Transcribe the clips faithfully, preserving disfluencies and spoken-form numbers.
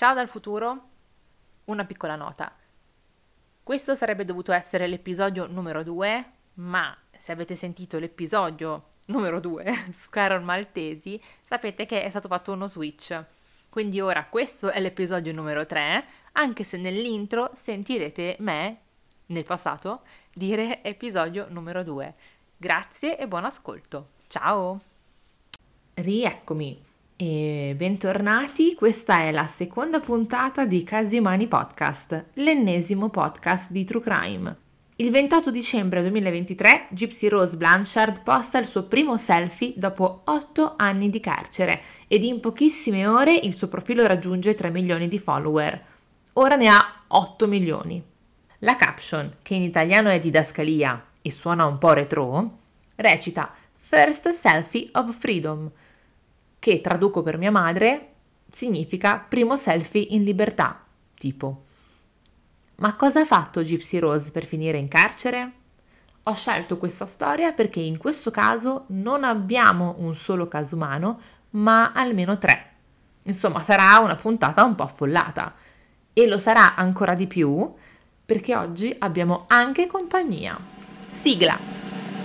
Ciao dal futuro, una piccola nota. Questo sarebbe dovuto essere l'episodio numero due, ma se avete sentito l'episodio numero due su Carol Maltesi, sapete che è stato fatto uno switch. Quindi ora questo è l'episodio numero tre, anche se nell'intro sentirete me, nel passato, dire episodio numero due. Grazie e buon ascolto. Ciao! Rieccomi e bentornati, questa è la seconda puntata di Casi Umani Podcast, l'ennesimo podcast di True Crime. Il ventotto dicembre duemilaventitré Gypsy Rose Blanchard posta il suo primo selfie dopo otto anni di carcere ed in pochissime ore il suo profilo raggiunge tre milioni di follower. Ora ne ha otto milioni. La caption, che in italiano è didascalia e suona un po' retro, recita First Selfie of Freedom, che traduco per mia madre significa primo selfie in libertà, tipo. Ma cosa ha fatto Gypsy Rose per finire in carcere? Ho scelto questa storia perché in questo caso non abbiamo un solo caso umano, ma almeno tre. Insomma, sarà una puntata un po' affollata. E lo sarà ancora di più perché oggi abbiamo anche compagnia. Sigla!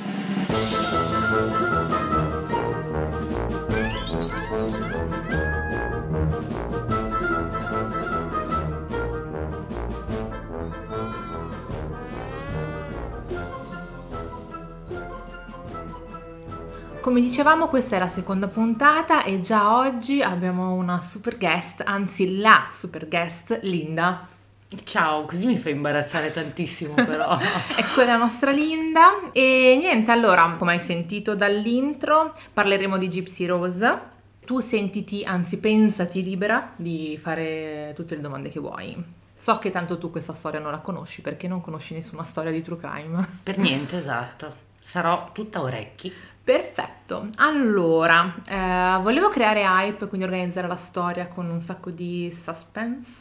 Come dicevamo, questa è la seconda puntata e già oggi abbiamo una super guest, anzi la super guest, Linda. Ciao, così mi fa imbarazzare tantissimo però. Ecco la nostra Linda e niente, allora, come hai sentito dall'intro, parleremo di Gypsy Rose. Tu sentiti, anzi pensati libera di fare tutte le domande che vuoi. So che tanto tu questa storia non la conosci perché non conosci nessuna storia di true crime. Per niente, esatto. Sarò tutta orecchi. Perfetto, allora, eh, volevo creare hype, quindi organizzare la storia con un sacco di suspense,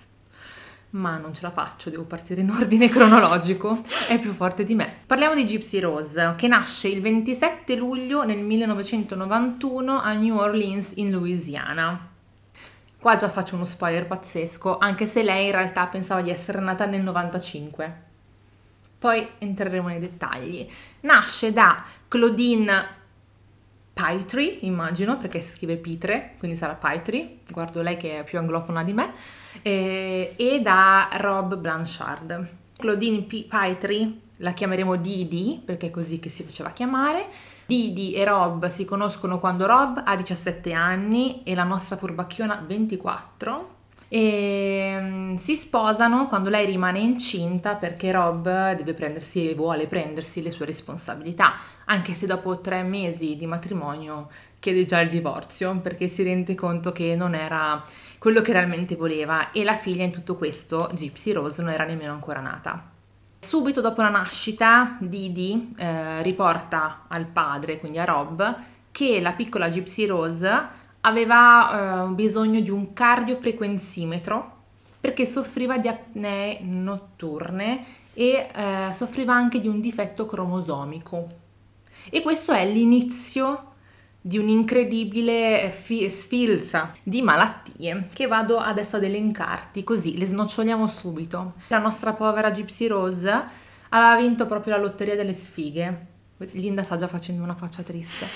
ma non ce la faccio, devo partire in ordine cronologico, è più forte di me. Parliamo di Gypsy Rose, che nasce il ventisette luglio nel millenovecentonovantuno a New Orleans in Louisiana. Qua già faccio uno spoiler pazzesco, anche se lei in realtà pensava di essere nata nel novantacinque. Poi entreremo nei dettagli. Nasce da Claudine Pitre, immagino, perché si scrive Pitre, quindi sarà Pitre, guardo lei che è più anglofona di me, e, e da Rob Blanchard. Claudine P- Pitre la chiameremo Didi, perché è così che si faceva chiamare. Didi e Rob si conoscono quando Rob ha diciassette anni e la nostra furbacchiona ventiquattro. E um, si sposano quando lei rimane incinta perché Rob deve prendersi e vuole prendersi le sue responsabilità, anche se dopo tre mesi di matrimonio chiede già il divorzio perché si rende conto che non era quello che realmente voleva e la figlia in tutto questo, Gypsy Rose, non era nemmeno ancora nata. Subito dopo la nascita Didi eh, riporta al padre, quindi a Rob, che la piccola Gypsy Rose aveva uh, bisogno di un cardiofrequenzimetro perché soffriva di apnee notturne e uh, soffriva anche di un difetto cromosomico. E questo è l'inizio di un'incredibile fi- sfilza di malattie che vado adesso ad elencarti, così le snoccioliamo subito. La nostra povera Gypsy Rose aveva vinto proprio la lotteria delle sfighe. Linda sta già facendo una faccia triste.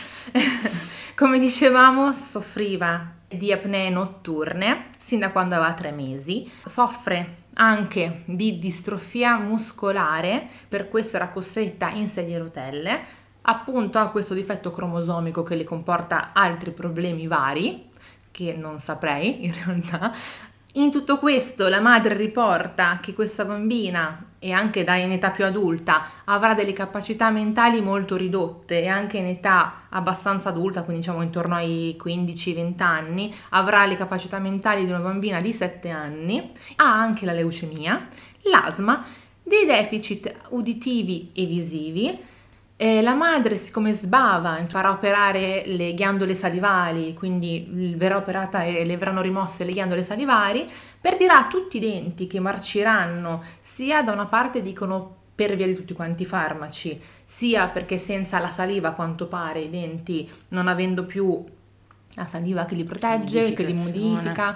Come dicevamo, soffriva di apnee notturne sin da quando aveva tre mesi, soffre anche di distrofia muscolare, per questo era costretta in sedia a rotelle, appunto ha questo difetto cromosomico che le comporta altri problemi vari, che non saprei in realtà. In tutto questo la madre riporta che questa bambina, e anche da in età più adulta, avrà delle capacità mentali molto ridotte e anche in età abbastanza adulta, quindi diciamo intorno ai quindici venti anni, avrà le capacità mentali di una bambina di sette anni, ha anche la leucemia, l'asma, dei deficit uditivi e visivi. Eh, la madre, siccome sbava, farà operare le ghiandole salivali, quindi verrà operata e le verranno rimosse le ghiandole salivali, perderà tutti i denti che marciranno, sia da una parte dicono per via di tutti quanti i farmaci, sia perché senza la saliva, a quanto pare, i denti, non avendo più la saliva che li protegge, che li modifica,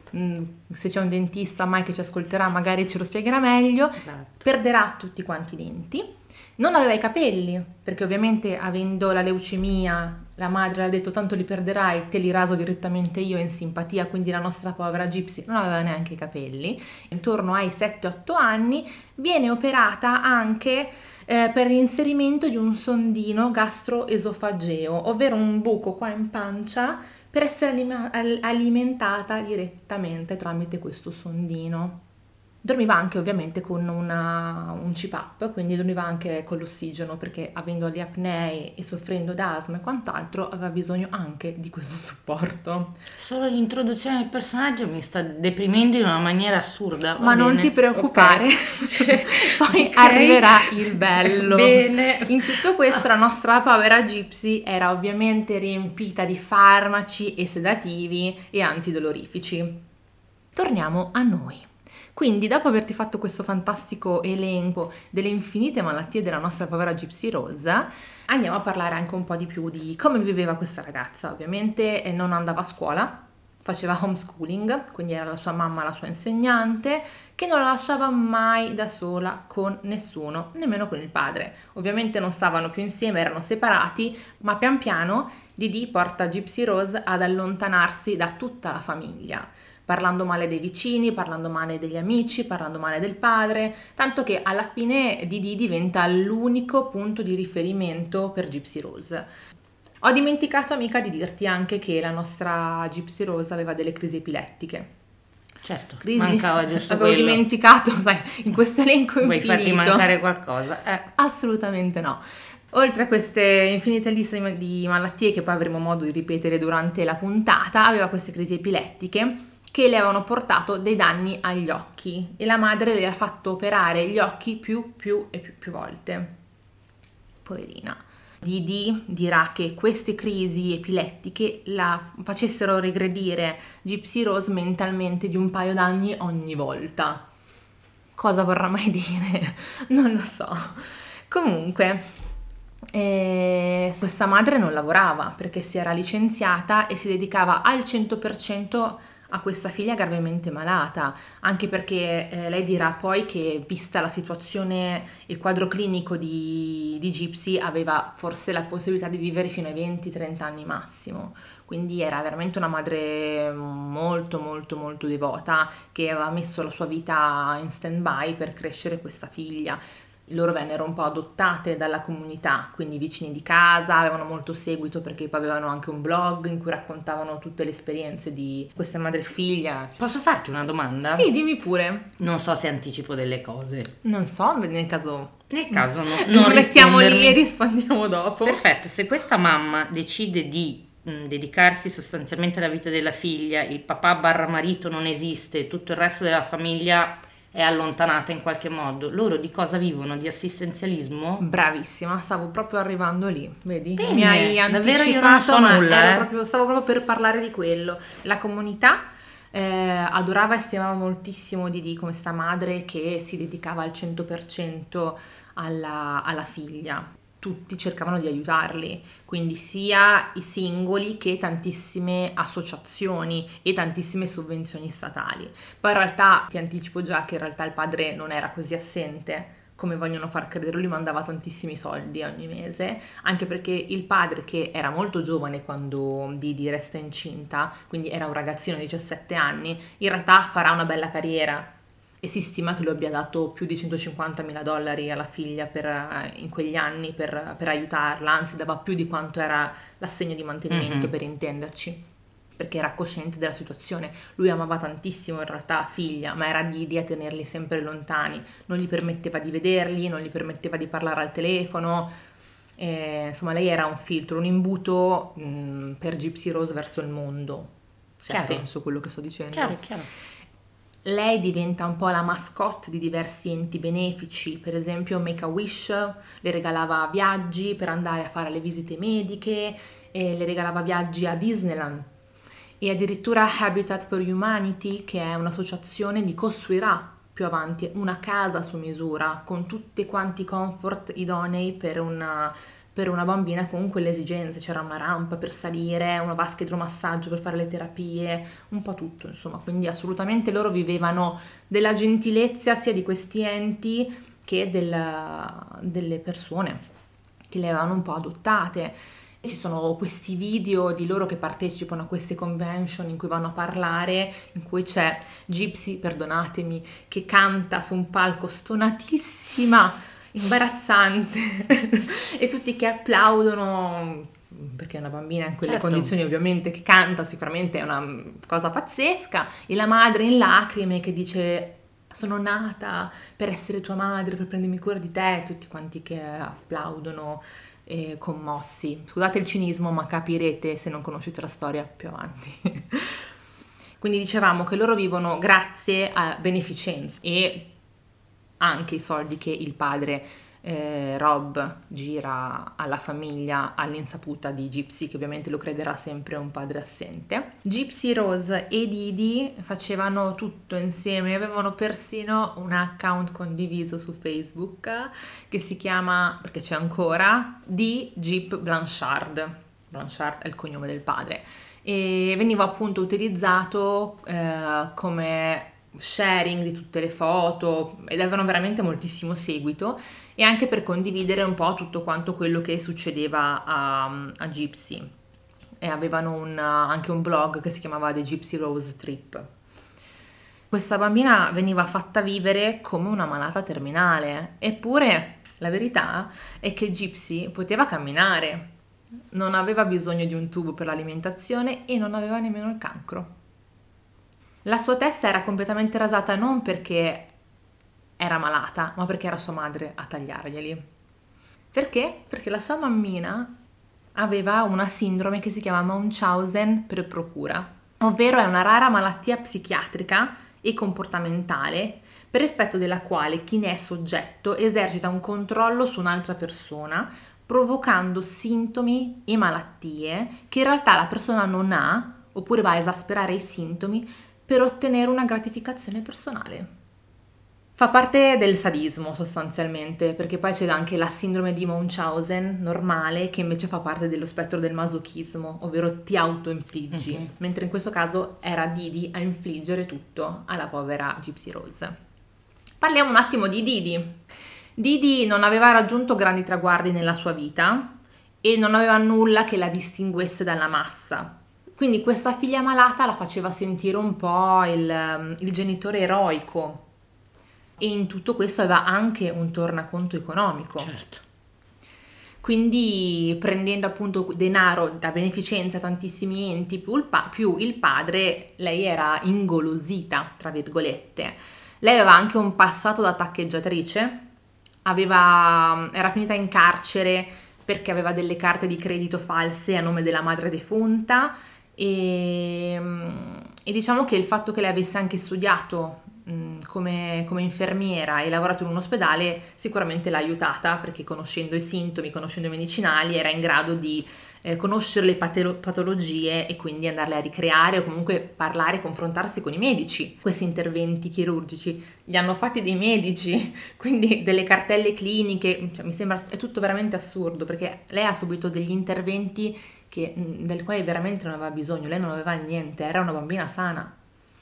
mh, se c'è un dentista mai che ci ascolterà magari ce lo spiegherà meglio, Esatto. perderà tutti quanti i denti, non aveva i capelli, perché ovviamente avendo la leucemia la madre le ha detto tanto li perderai, te li raso direttamente io in simpatia, quindi la nostra povera Gypsy non aveva neanche i capelli. Intorno ai sette otto anni viene operata anche eh, per l'inserimento di un sondino gastroesofageo, ovvero un buco qua in pancia per essere alima- al- alimentata direttamente tramite questo sondino. Dormiva anche ovviamente con una, un C PAP, quindi dormiva anche con l'ossigeno perché avendo le apnee e soffrendo d'asma e quant'altro aveva bisogno anche di questo supporto. Solo l'introduzione del personaggio mi sta deprimendo in una maniera assurda. Va Ma non bene. ti preoccupare, Ok. poi Ok. arriverà il bello. Bene. In tutto questo la nostra povera Gypsy era ovviamente riempita di farmaci e sedativi e antidolorifici. Torniamo a noi. Quindi, dopo averti fatto questo fantastico elenco delle infinite malattie della nostra povera Gypsy Rose, andiamo a parlare anche un po' di più di come viveva questa ragazza. Ovviamente eh, non andava a scuola, faceva homeschooling, quindi era la sua mamma la sua insegnante, che non la lasciava mai da sola con nessuno, nemmeno con il padre. Ovviamente non stavano più insieme, erano separati, ma pian piano Didi porta Gypsy Rose ad allontanarsi da tutta la famiglia, parlando male dei vicini, parlando male degli amici, parlando male del padre, tanto che alla fine Didi diventa l'unico punto di riferimento per Gypsy Rose. Ho dimenticato, amica, di dirti anche che la nostra Gypsy Rose aveva delle crisi epilettiche. Certo, Crisi, mancava giusto avevo quello. dimenticato, sai, in questo elenco Vuoi infinito. farti mancare qualcosa? Eh. Assolutamente no. Oltre a queste infinite liste di malattie che poi avremo modo di ripetere durante la puntata, aveva queste crisi epilettiche che le avevano portato dei danni agli occhi e la madre le ha fatto operare gli occhi più, più e più, più volte. Poverina. Didi dirà che queste crisi epilettiche la facessero regredire Gypsy Rose mentalmente di un paio d'anni ogni volta. Cosa vorrà mai dire? Non lo so. Comunque, eh, questa madre non lavorava perché si era licenziata e si dedicava al cento per cento a questa figlia gravemente malata, anche perché eh, lei dirà poi che, vista la situazione, il quadro clinico di, di Gypsy, aveva forse la possibilità di vivere fino ai venti trenta anni massimo, quindi era veramente una madre molto molto molto devota che aveva messo la sua vita in stand-by per crescere questa figlia. Loro vennero un po' adottate dalla comunità, quindi i vicini di casa avevano molto seguito perché poi avevano anche un blog in cui raccontavano tutte le esperienze di questa madre e figlia. Posso farti una domanda? Sì, dimmi pure. Non so se anticipo delle cose. Non so, nel caso... Nel caso no, non non mettiamo lì e rispondermi. rispondiamo dopo. Perfetto, se questa mamma decide di mh, dedicarsi sostanzialmente alla vita della figlia, il papà barra marito non esiste, tutto il resto della famiglia è allontanata in qualche modo, loro di cosa vivono? Di assistenzialismo? Bravissima, stavo proprio arrivando lì, vedi? Bene, Mi hai davvero io anticipato, non so ma nulla, ero eh. proprio- stavo proprio per parlare di quello. La comunità eh, adorava e stimava moltissimo Didi come sta madre che si dedicava al cento per cento alla, alla figlia. Tutti cercavano di aiutarli, quindi sia i singoli che tantissime associazioni e tantissime sovvenzioni statali. Poi in realtà ti anticipo già che in realtà il padre non era così assente come vogliono far credere, lui mandava tantissimi soldi ogni mese, anche perché il padre, che era molto giovane quando Didi resta incinta, quindi era un ragazzino di diciassette anni, in realtà farà una bella carriera e si stima che lui abbia dato più di centocinquantamila dollari alla figlia per, eh, in quegli anni per, per aiutarla, anzi dava più di quanto era l'assegno di mantenimento, Mhm. per intenderci, perché era cosciente della situazione. Lui amava tantissimo in realtà la figlia, ma era Didi a tenerli sempre lontani, non gli permetteva di vederli, non gli permetteva di parlare al telefono. Eh, insomma, lei era un filtro, un imbuto mh, per Gypsy Rose verso il mondo, se ha Chiaro. senso quello che sto dicendo. Chiaro, chiaro. Lei diventa un po' la mascotte di diversi enti benefici, per esempio Make-A-Wish le regalava viaggi per andare a fare le visite mediche, e le regalava viaggi a Disneyland, e addirittura Habitat for Humanity, che è un'associazione, gli costruirà più avanti una casa su misura con tutti quanti i comfort idonei per una per una bambina con quelle esigenze, c'era una rampa per salire, una vasca idromassaggio per fare le terapie, un po' tutto, insomma, quindi assolutamente loro vivevano della gentilezza sia di questi enti che del- delle persone che le avevano un po' adottate. Ci sono questi video di loro che partecipano a queste convention in cui vanno a parlare, in cui c'è Gypsy, perdonatemi, che canta su un palco stonatissima, imbarazzante, e tutti che applaudono, perché è una bambina in quelle Certo. condizioni ovviamente che canta, sicuramente è una cosa pazzesca, e la madre in lacrime che dice: sono nata per essere tua madre, per prendermi cura di te, tutti quanti che applaudono eh, commossi. Scusate il cinismo, ma capirete se non conoscete la storia più avanti. Quindi dicevamo che loro vivono grazie a beneficenza e anche i soldi che il padre eh, Rob gira alla famiglia all'insaputa di Gypsy, che ovviamente lo crederà sempre un padre assente. Gypsy Rose e Didi facevano tutto insieme, avevano persino un account condiviso su Facebook che si chiama, perché c'è ancora, di Gyp Blanchard. Blanchard è il cognome del padre, e veniva appunto utilizzato eh, come sharing di tutte le foto, ed avevano veramente moltissimo seguito, e anche per condividere un po' tutto quanto quello che succedeva a, a Gypsy. E avevano un, anche un blog che si chiamava The Gypsy Rose Trip. Questa bambina veniva fatta vivere come una malata terminale, eppure la verità è che Gypsy poteva camminare, non aveva bisogno di un tubo per l'alimentazione e non aveva nemmeno il cancro. La sua testa era completamente rasata non perché era malata, ma perché era sua madre a tagliarglieli. Perché? Perché la sua mammina aveva una sindrome che si chiama Munchausen per procura, ovvero è una rara malattia psichiatrica e comportamentale per effetto della quale chi ne è soggetto esercita un controllo su un'altra persona, provocando sintomi e malattie che in realtà la persona non ha, oppure va a esasperare i sintomi per ottenere una gratificazione personale. Fa parte del sadismo sostanzialmente, perché poi c'è anche la sindrome di Munchausen normale, che invece fa parte dello spettro del masochismo, ovvero ti autoinfliggi, mm-hmm. mentre in questo caso era Didi a infliggere tutto alla povera Gypsy Rose. Parliamo un attimo di Didi. Didi non aveva raggiunto grandi traguardi nella sua vita e non aveva nulla che la distinguesse dalla massa. Quindi questa figlia malata la faceva sentire un po' il, il genitore eroico, e in tutto questo aveva anche un tornaconto economico. Certo. Quindi prendendo appunto denaro da beneficenza a tantissimi enti più il, pa- più il padre, lei era ingolosita, tra virgolette. Lei aveva anche un passato da taccheggiatrice, aveva, era finita in carcere perché aveva delle carte di credito false a nome della madre defunta, e, e diciamo che il fatto che lei avesse anche studiato mh, come, come infermiera e lavorato in un ospedale sicuramente l'ha aiutata, perché conoscendo i sintomi, conoscendo i medicinali, era in grado di eh, conoscere le patolo- patologie e quindi andarle a ricreare, o comunque parlare, confrontarsi con i medici. Questi interventi chirurgici li hanno fatti dei medici, quindi delle cartelle cliniche, cioè, mi sembra, è tutto veramente assurdo, perché lei ha subito degli interventi che, del quale veramente non aveva bisogno, lei non aveva niente, era una bambina sana.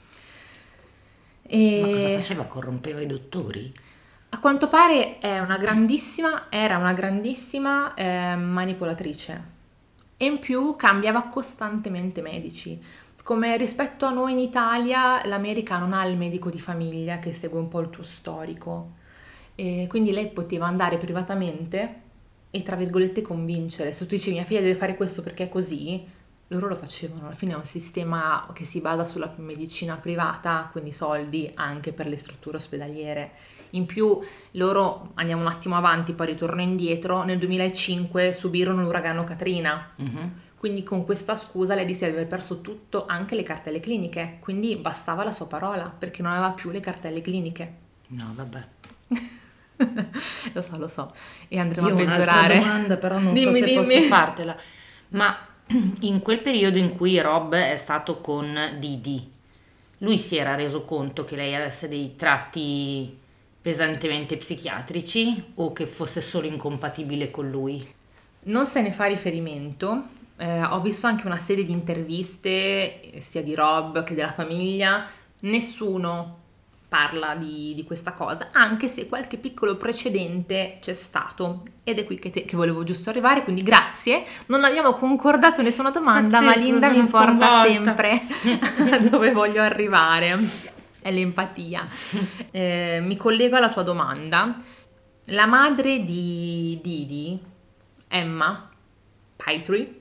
E ma cosa faceva? Corrompeva i dottori? A quanto pare è una grandissima, era una grandissima eh, manipolatrice, e in più cambiava costantemente medici. Come rispetto a noi in Italia, l'America non ha il medico di famiglia che segue un po' il tuo storico, e quindi lei poteva andare privatamente e tra virgolette convincere. Se tu dici mia figlia deve fare questo perché è così, loro lo facevano. Alla fine è un sistema che si basa sulla medicina privata, quindi soldi anche per le strutture ospedaliere. In più loro, andiamo un attimo avanti, poi ritorno indietro, nel duemilacinque subirono l'uragano Katrina. Uh-huh. Quindi con questa scusa lei disse di aver perso tutto, anche le cartelle cliniche, quindi bastava la sua parola perché non aveva più le cartelle cliniche. No, vabbè. Lo so, lo so, e andremo Io a peggiorare. Io ho un'altra domanda, però non dimmi, so se dimmi. posso fartela. Ma in quel periodo in cui Rob è stato con Didi, lui si era reso conto che lei avesse dei tratti pesantemente psichiatrici o che fosse solo incompatibile con lui? non se ne fa riferimento. Eh, ho visto anche una serie di interviste, eh, sia di Rob che della famiglia, nessuno parla di, di questa cosa, anche se qualche piccolo precedente c'è stato, ed è qui che, te, che volevo giusto arrivare, quindi grazie, non abbiamo concordato nessuna domanda, Pazzesco, ma Linda mi sono porta sconvolta. sempre a dove voglio arrivare, è l'empatia. Eh, mi collego alla tua domanda. La madre di Didi, Emma Pietri,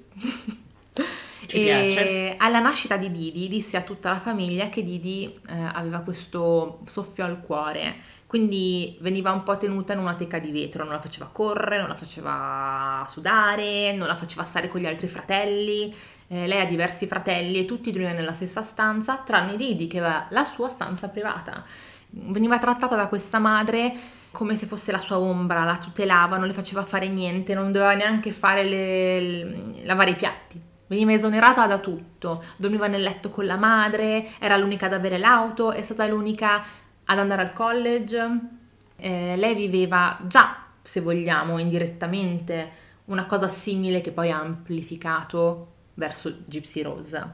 Ci e piace. alla nascita di Didi disse a tutta la famiglia che Didi eh, aveva questo soffio al cuore, quindi veniva un po' tenuta in una teca di vetro, non la faceva correre, non la faceva sudare, non la faceva stare con gli altri fratelli. Eh, lei ha diversi fratelli e tutti dormivano nella stessa stanza, tranne Didi che aveva la sua stanza privata. Veniva trattata da questa madre come se fosse la sua ombra, la tutelava, non le faceva fare niente, non doveva neanche fare le, le- lavare i piatti. Veniva esonerata da tutto, dormiva nel letto con la madre, era l'unica ad avere l'auto, è stata l'unica ad andare al college. Eh, lei viveva già, se vogliamo, indirettamente una cosa simile che poi ha amplificato verso Gypsy Rose.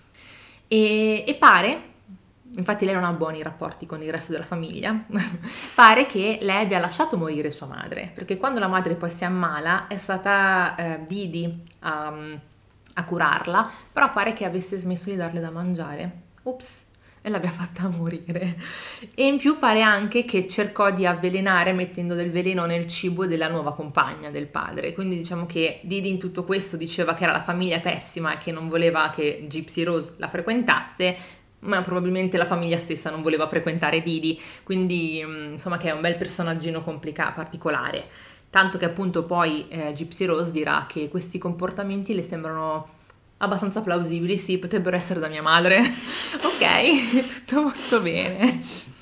E, e pare, infatti lei non ha buoni rapporti con il resto della famiglia, pare che lei abbia lasciato morire sua madre, perché quando la madre poi si ammala è stata eh, Didi a, a curarla, però pare che avesse smesso di darle da mangiare. Ups, e l'abbia fatta morire. E in più pare anche che cercò di avvelenare mettendo del veleno nel cibo della nuova compagna del padre, quindi diciamo che Didi in tutto questo diceva che era la famiglia pessima e che non voleva che Gypsy Rose la frequentasse, ma probabilmente la famiglia stessa non voleva frequentare Didi, quindi mm, insomma che è un bel personaggino complicato, particolare, tanto che appunto poi eh, Gypsy Rose dirà che questi comportamenti le sembrano abbastanza plausibili, sì, potrebbero essere da mia madre. Ok, tutto molto bene.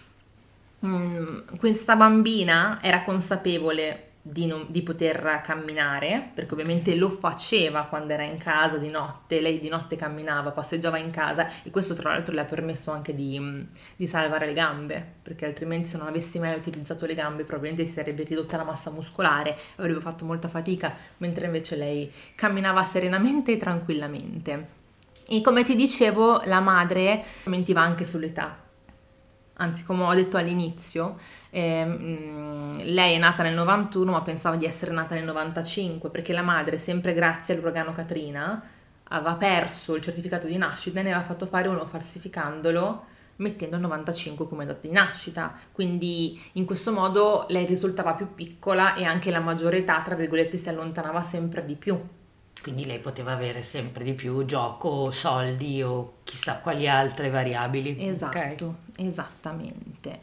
Mm, questa bambina era consapevole di, non- di poter camminare, perché ovviamente lo faceva quando era in casa di notte, lei di notte camminava, passeggiava in casa e questo tra l'altro le ha permesso anche di, mm, di salvare le gambe, perché altrimenti se non avessi mai utilizzato le gambe probabilmente si sarebbe ridotta la massa muscolare, avrebbe fatto molta fatica, mentre invece lei camminava serenamente e tranquillamente. E come ti dicevo, la madre mentiva anche sull'età. Anzi, come ho detto all'inizio, ehm, lei è nata nel novantuno, ma pensava di essere nata nel novantacinque, perché la madre, sempre grazie all'uragano Katrina, aveva perso il certificato di nascita e ne aveva fatto fare uno falsificandolo, mettendo il novantacinque come data di nascita. Quindi in questo modo lei risultava più piccola e anche la maggiore età, tra virgolette, si allontanava sempre di più. Quindi lei poteva avere sempre di più gioco, soldi o chissà quali altre variabili. Ok. Esatto, esattamente.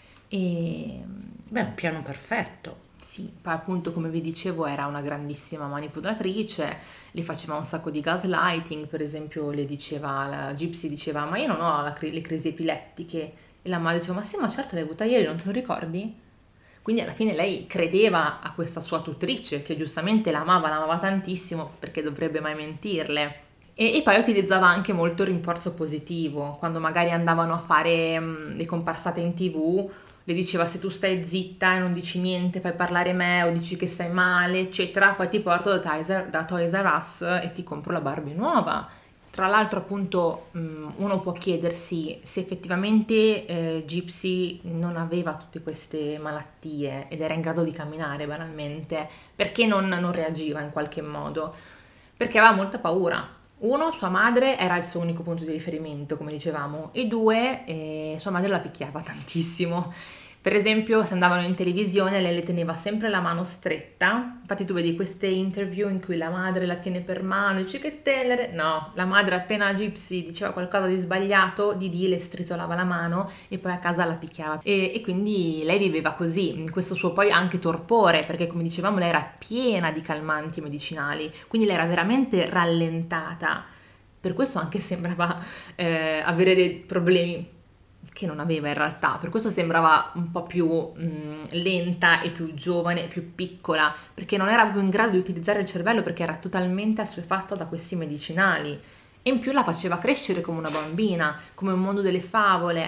E Beh, un piano perfetto. sì, poi appunto come vi dicevo era una grandissima manipolatrice, le faceva un sacco di gaslighting, per esempio le diceva, la Gypsy diceva ma io non ho la cri- le crisi epilettiche e la madre diceva ma sì ma certo l'hai avuta ieri, non te lo ricordi? Quindi alla fine lei credeva a questa sua tutrice che giustamente la amava, la amava tantissimo perché dovrebbe mai mentirle. E, e poi utilizzava anche molto il rinforzo positivo, quando magari andavano a fare mh, le comparsate in tv, le diceva se tu stai zitta e non dici niente, fai parlare me o dici che stai male, eccetera, poi ti porto da Toys R, da Toys R Us e ti compro la Barbie nuova. Tra l'altro appunto mh, uno può chiedersi se effettivamente eh, Gypsy non aveva tutte queste malattie ed era in grado di camminare banalmente, perché non, non reagiva in qualche modo? Perché aveva molta paura. Uno, sua madre era il suo unico punto di riferimento, come dicevamo, e due, eh, sua madre la picchiava tantissimo. Per esempio, se andavano in televisione, lei le teneva sempre la mano stretta. Infatti tu vedi queste interview in cui la madre la tiene per mano, dice che tenere. No, la madre appena Gypsy diceva qualcosa di sbagliato, Didi le stritolava la mano e poi a casa la picchiava. E, e quindi lei viveva così, in questo suo poi anche torpore, perché come dicevamo lei era piena di calmanti medicinali, quindi lei era veramente rallentata. Per questo anche sembrava eh, avere dei problemi che non aveva in realtà, per questo sembrava un po' più mh, lenta e più giovane, più piccola, perché non era più in grado di utilizzare il cervello perché era totalmente assuefatta da questi medicinali. E in più la faceva crescere come una bambina, come un mondo delle favole,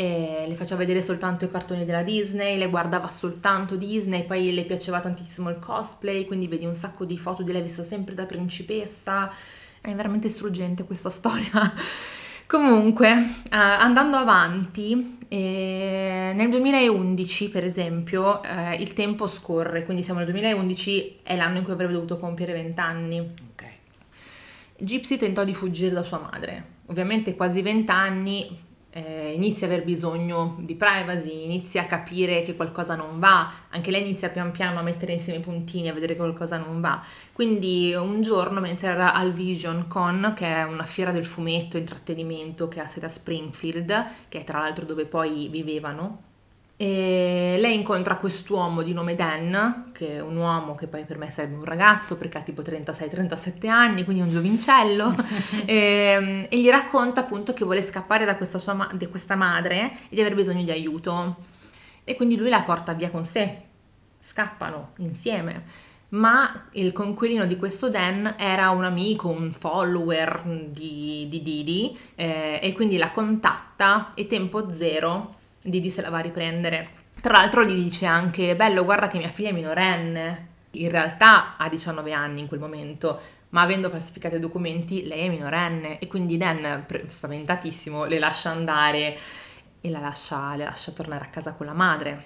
e le faceva vedere soltanto i cartoni della Disney, le guardava soltanto Disney, poi le piaceva tantissimo il cosplay, quindi vedi un sacco di foto di lei vista sempre da principessa. È veramente struggente questa storia. Comunque, eh, andando avanti, eh, nel duemilaundici, per esempio, eh, il tempo scorre, quindi siamo nel duemilaundici, è l'anno in cui avrebbe dovuto compiere venti anni. Ok. Gypsy tentò di fuggire da sua madre. Ovviamente quasi venti anni, eh, inizia a aver bisogno di privacy, inizia a capire che qualcosa non va, anche lei inizia pian piano a mettere insieme i puntini, a vedere che qualcosa non va. Quindi un giorno, mentre era al Vision Con, che è una fiera del fumetto e intrattenimento che ha sede a Springfield, che è tra l'altro dove poi vivevano, e lei incontra quest'uomo di nome Dan, che è un uomo che poi per me sarebbe un ragazzo perché ha tipo trentasei trentasette anni, quindi un giovincello, e, e gli racconta appunto che vuole scappare da questa, sua ma- di questa madre e di aver bisogno di aiuto. E quindi lui la porta via con sé, scappano insieme. Ma il coinquilino di questo Dan era un amico, un follower di, di Didi, eh, e quindi la contatta e tempo zero Didi se la va a riprendere. Tra l'altro gli dice anche: bello, guarda che mia figlia è minorenne. In realtà ha diciannove anni in quel momento, ma avendo falsificato i documenti lei è minorenne, e quindi Dan, pre- spaventatissimo, le lascia andare e la lascia, le lascia tornare a casa con la madre.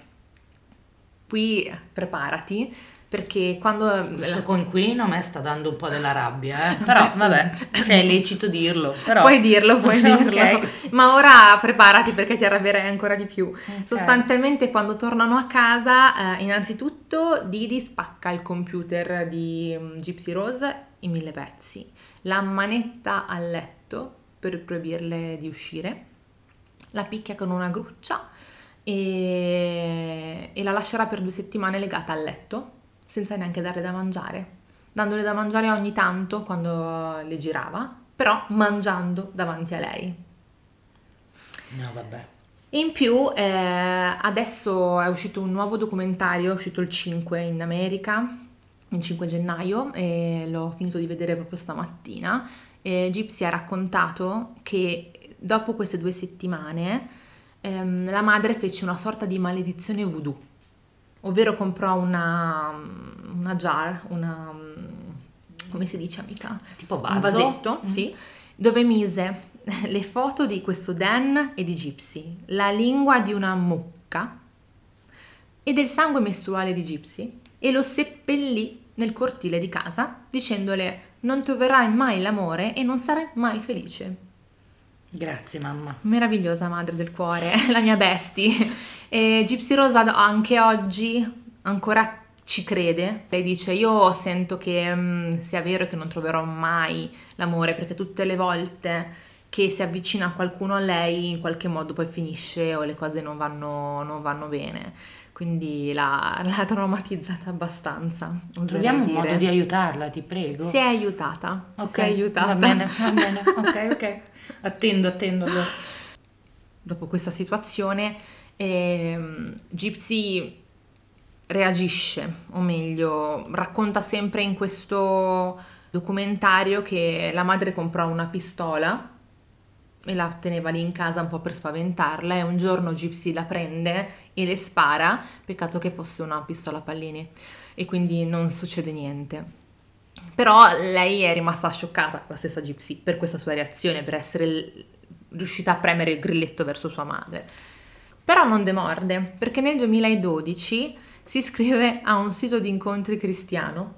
Qui preparati, perché quando Questo coinquilino a me sta dando un po' della rabbia, eh? Però vabbè, se è lecito dirlo. Però... Puoi dirlo, puoi dirlo. Okay. Ma ora preparati perché ti arrabbierai ancora di più. Okay. Sostanzialmente quando tornano a casa, eh, innanzitutto Didi spacca il computer di um, Gypsy Rose in mille pezzi, la manetta al letto per proibirle di uscire, la picchia con una gruccia e, e la lascerà per due settimane legata al letto, senza neanche darle da mangiare, dandole da mangiare ogni tanto quando le girava, però mangiando davanti a lei. No, vabbè. In più, eh, adesso è uscito un nuovo documentario, è uscito il cinque in America, il cinque gennaio, e l'ho finito di vedere proprio stamattina. E Gypsy ha raccontato che dopo queste due settimane ehm, la madre fece una sorta di maledizione voodoo, ovvero comprò una, una jar, una, come si dice amica? Tipo vaso? Un vasetto, mm. sì, dove mise le foto di questo Dan e di Gypsy, la lingua di una mucca e del sangue mestruale di Gypsy, e lo seppellì nel cortile di casa dicendole: non troverai mai l'amore e non sarai mai felice. Grazie mamma. Meravigliosa madre del cuore, la mia bestie. E Gypsy Rose anche oggi ancora ci crede. Lei dice: io sento che mh, sia vero e che non troverò mai l'amore, perché tutte le volte che si avvicina a qualcuno a lei in qualche modo poi finisce o le cose non vanno, non vanno bene. Quindi l'ha, l'ha traumatizzata abbastanza. Troviamo un modo di aiutarla, ti prego. Si è aiutata. Ok, si è aiutata. va bene, va bene, ok, ok. Attendo, attendo allora. Dopo questa situazione ehm, Gypsy reagisce, o meglio, racconta sempre in questo documentario che la madre comprò una pistola e la teneva lì in casa un po' per spaventarla, e un giorno Gypsy la prende e le spara, peccato che fosse una pistola a pallini, e quindi non succede niente. Però lei è rimasta scioccata, la stessa Gypsy, per questa sua reazione, per essere l- riuscita a premere il grilletto verso sua madre. Però non demorde, perché nel duemiladodici si iscrive a un sito di incontri cristiano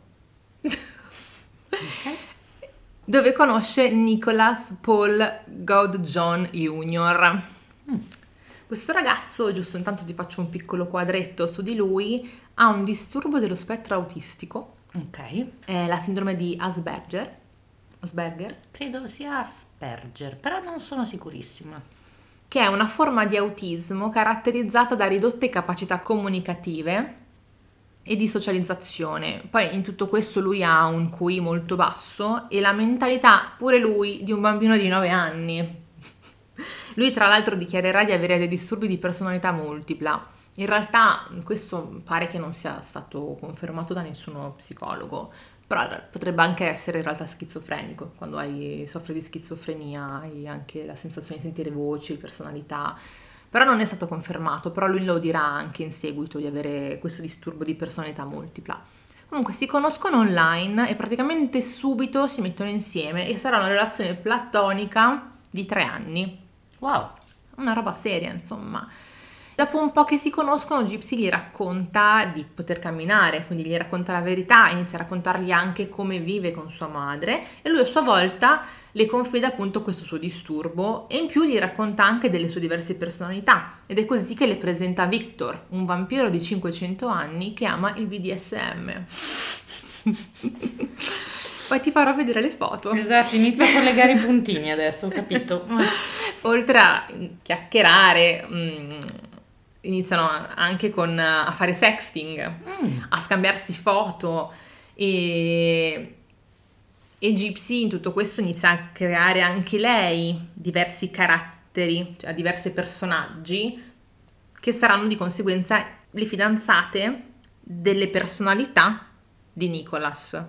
Ok. dove conosce Nicholas Paul Goudjon junior Mm. Questo ragazzo, giusto intanto ti faccio un piccolo quadretto su di lui, ha un disturbo dello spettro autistico, Ok. è la sindrome di Asperger, Asperger, Credo sia Asperger, però non sono sicurissima. che è una forma di autismo caratterizzata da ridotte capacità comunicative e di socializzazione. Poi in tutto questo lui ha un Q I molto basso e la mentalità, pure lui, di un bambino di nove anni. Lui tra l'altro dichiarerà di avere dei disturbi di personalità multipla. In realtà questo pare che non sia stato confermato da nessuno psicologo, però potrebbe anche essere in realtà schizofrenico. Quando hai, soffri di schizofrenia hai anche la sensazione di sentire voci, personalità, Però non è stato confermato, però lui lo dirà anche in seguito di avere questo disturbo di personalità multipla. Comunque si conoscono online e praticamente subito si mettono insieme e sarà una relazione platonica di tre anni. Wow. Una roba seria, insomma. Dopo un po' che si conoscono, Gypsy gli racconta di poter camminare, quindi gli racconta la verità, inizia a raccontargli anche come vive con sua madre e lui a sua volta le confida appunto questo suo disturbo e in più gli racconta anche delle sue diverse personalità ed è così che le presenta Victor, un vampiro di cinquecento anni che ama il B D S M. Poi ti farò vedere le foto. Esatto, inizio a collegare i puntini adesso, ho capito. Oltre a chiacchierare, mh, iniziano anche con, a fare sexting, mm. a scambiarsi foto e, e Gypsy in tutto questo inizia a creare anche lei diversi caratteri, cioè diversi personaggi che saranno di conseguenza le fidanzate delle personalità di Nicholas.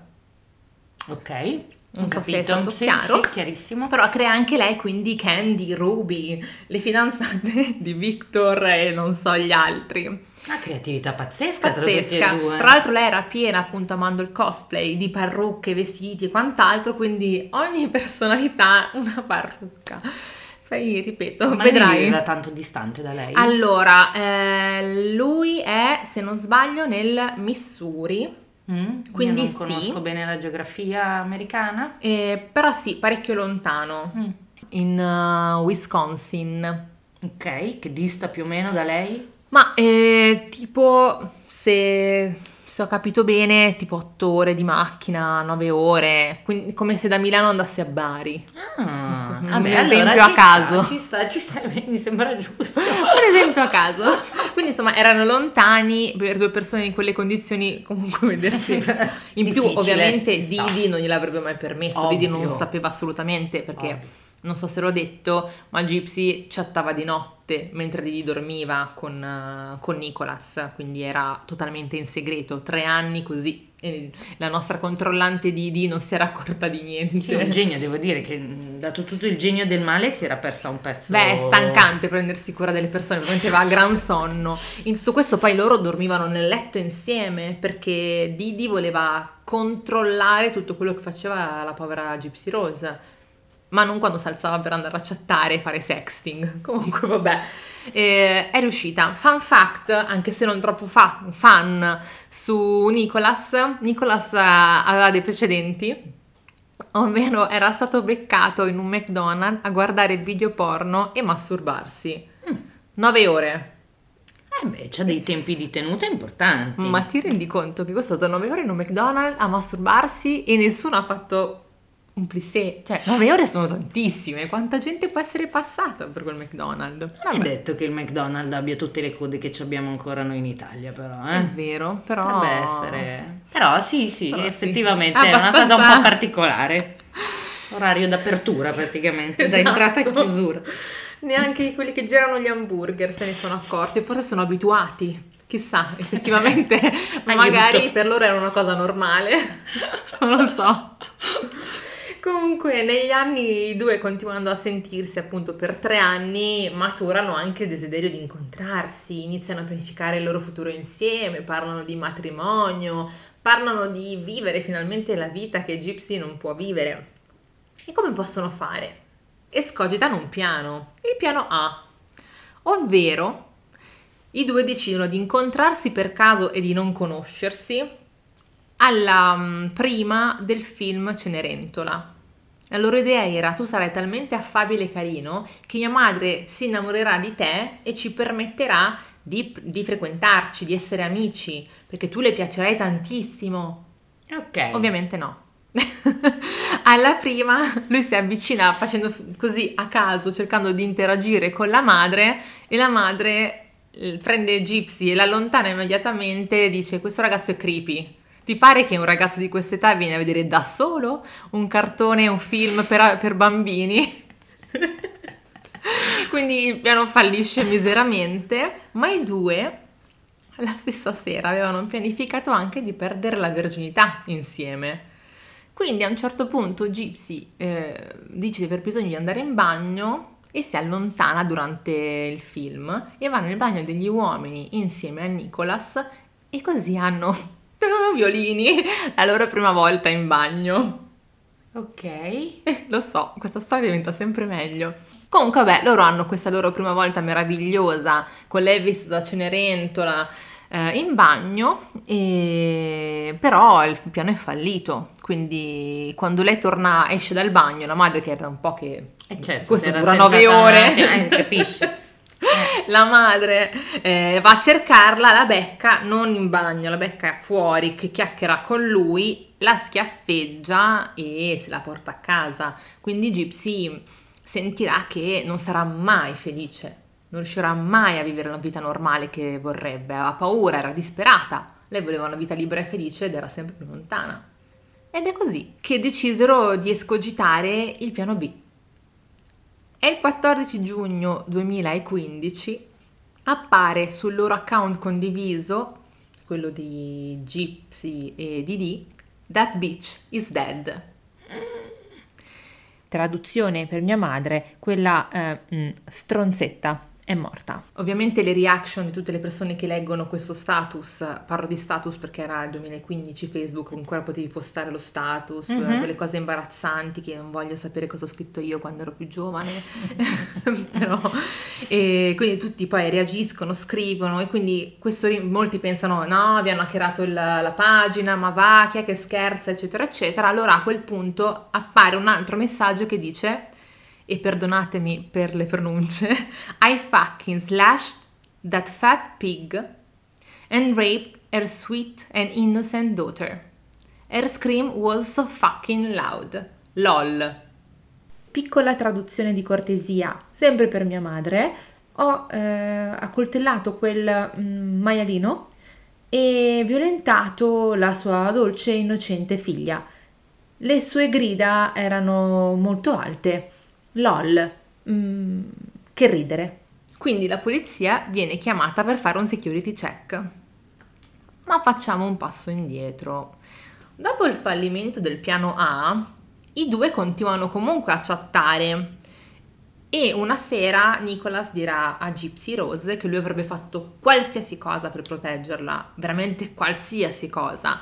Ok. Non so capito. se è stato sì, chiaro, sì, chiarissimo. Però crea anche lei quindi Candy, Ruby, le fidanzate di Victor e non so gli altri. Una creatività pazzesca, Pazzesca. Tra, tutti e due. Tra l'altro lei era piena appunto amando il cosplay di parrucche, vestiti e quant'altro, quindi ogni personalità una parrucca. Poi ripeto, Ma vedrai. era tanto distante da lei? Allora, eh, lui è, se non sbaglio, nel Missouri. Mm, quindi io non sì, conosco bene la geografia americana. eh, però sì, parecchio lontano, Mm. in uh, Wisconsin. Ok, che dista più o meno da lei? Ma eh, tipo, se, se ho capito bene, tipo otto ore di macchina, nove ore, quindi come se da Milano andassi a Bari. Ah, Un vabbè, esempio allora a ci caso. sta, ci sta, ci sta, mi sembra giusto. Un esempio a caso. Quindi insomma erano lontani, per due persone in quelle condizioni comunque vedersi. In più Difficile, ovviamente ci sta. Didi non gliel'avrebbe mai permesso, Ovvio. Didi non sapeva assolutamente perché, Ovvio. non so se l'ho detto, ma Gypsy chattava di notte mentre Didi dormiva con, uh, con Nicholas, quindi era totalmente in segreto, tre anni così. E la nostra controllante Didi non si era accorta di niente. Sì, un genio, devo dire che mh, dato tutto il genio del male si era persa un pezzo. Beh, è stancante prendersi cura delle persone, veramente va a gran sonno. In tutto questo poi loro dormivano nel letto insieme perché Didi voleva controllare tutto quello che faceva la povera Gypsy Rose, ma non quando si alzava per andare a chattare e fare sexting. Comunque vabbè, eh, è riuscita. Fun fact, anche se non troppo fa- fan su Nicholas, Nicholas eh, aveva dei precedenti, ovvero era stato beccato in un McDonald's a guardare video porno e masturbarsi. Mm. Nove ore. Eh beh, c'ha dei tempi di tenuta importanti. Ma ti rendi conto che questo è stato nove ore in un McDonald's a masturbarsi e nessuno ha fatto un plissé? Cioè, nove ore sono tantissime. Quanta gente può essere passata per quel McDonald's? Non è Vabbè, detto che il McDonald's abbia tutte le code che ci abbiamo ancora noi in Italia, però, è eh. vero, però... Potrebbe essere. Però sì, sì, Però sì. effettivamente è una Abbastanza- cosa un po' particolare. Orario d'apertura praticamente, da Esatto. entrata e chiusura. Neanche quelli che girano gli hamburger se ne sono accorti, forse sono abituati. Chissà, effettivamente, magari per loro era una cosa normale, non lo so. Comunque, negli anni i due, continuando a sentirsi appunto per tre anni, maturano anche il desiderio di incontrarsi, iniziano a pianificare il loro futuro insieme, parlano di matrimonio, parlano di vivere finalmente la vita che Gypsy non può vivere. E come possono fare? Escogitano un piano, il piano A, ovvero i due decidono di incontrarsi per caso e di non conoscersi alla um, prima del film Cenerentola. La loro idea era: tu sarai talmente affabile e carino che mia madre si innamorerà di te e ci permetterà di, di frequentarci, di essere amici, perché tu le piacerai tantissimo. Ok. Ovviamente no. Alla prima lui si avvicina facendo f- così a caso, cercando di interagire con la madre, e la madre eh, prende Gypsy e la allontana immediatamente e dice: questo ragazzo è creepy. Ti pare che un ragazzo di quest'età viene a vedere da solo un cartone, un film per, per bambini? Quindi il piano fallisce miseramente, ma i due la stessa sera avevano pianificato anche di perdere la verginità insieme. Quindi a un certo punto Gypsy eh, dice di aver bisogno di andare in bagno, e si allontana durante il film e va nel bagno degli uomini insieme a Nicholas e così hanno violini la loro prima volta in bagno. Ok. Eh, lo so, questa storia diventa sempre meglio. Comunque, vabbè, loro hanno questa loro prima volta meravigliosa con lei vestita da Cenerentola eh, in bagno, e... però il piano è fallito. Quindi quando lei torna, esce dal bagno, la madre che era un po' che... E certo, questo si era dura nove ore. sentata- eh, capisci? La madre eh, va a cercarla, la becca non in bagno, la becca fuori che chiacchiera con lui, la schiaffeggia e se la porta a casa. Quindi Gypsy sentirà che non sarà mai felice, non riuscirà mai a vivere una vita normale che vorrebbe, ha paura, era disperata. Lei voleva una vita libera e felice ed era sempre più lontana. Ed è così che decisero di escogitare il piano B. E il quattordici giugno duemilaquindici appare sul loro account condiviso, quello di Gypsy e Didi, "That bitch is dead". Traduzione per mia madre, quella eh, mh, stronzetta è morta. Ovviamente le reaction di tutte le persone che leggono questo status, parlo di status perché era il duemilaquindici, Facebook ancora potevi postare lo status, Mhm. quelle cose imbarazzanti che non voglio sapere cosa ho scritto io quando ero più giovane, però e quindi tutti poi reagiscono, scrivono e quindi questo ri- molti pensano no, vi hanno hackerato il- la pagina, ma va, chi è che scherza, eccetera, eccetera. Allora a quel punto appare un altro messaggio che dice, e perdonatemi per le pronunce, "I fucking slashed that fat pig and raped her sweet and innocent daughter. Her scream was so fucking loud. LOL". Piccola traduzione di cortesia, sempre per mia madre, ho eh, accoltellato quel mm, maialino e violentato la sua dolce e innocente figlia. Le sue grida erano molto alte. LOL. Mm, che ridere. Quindi la polizia viene chiamata per fare un security check. Ma facciamo un passo indietro. Dopo il fallimento del piano A, i due continuano comunque a chattare e una sera Nicholas dirà a Gypsy Rose che lui avrebbe fatto qualsiasi cosa per proteggerla, veramente qualsiasi cosa.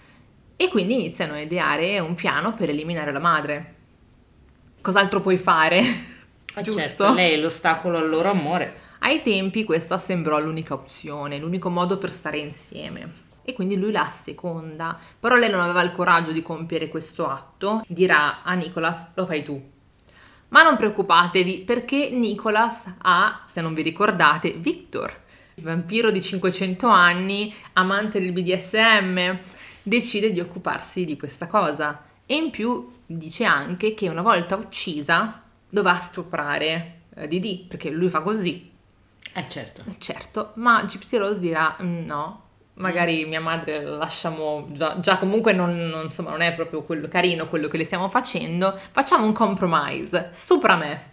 E quindi iniziano a ideare un piano per eliminare la madre. Cos'altro puoi fare? Ah, Giusto? certo, lei è l'ostacolo al loro amore. Ai tempi questa sembrò l'unica opzione, l'unico modo per stare insieme. E quindi lui la asseconda. Però lei non aveva il coraggio di compiere questo atto. Dirà a Nicholas, lo fai tu. Ma non preoccupatevi, perché Nicholas ha, se non vi ricordate, Victor, il vampiro di cinquecento anni, amante del B D S M, decide di occuparsi di questa cosa. E in più dice anche che una volta uccisa dovrà stuprare eh, Didi, perché lui fa così. Eh certo. Certo, ma Gypsy Rose dirà "Mm, no, magari mia madre la lasciamo già, già comunque non, non- insomma, non è proprio quello carino quello che le stiamo facendo, facciamo un compromise, stupra me".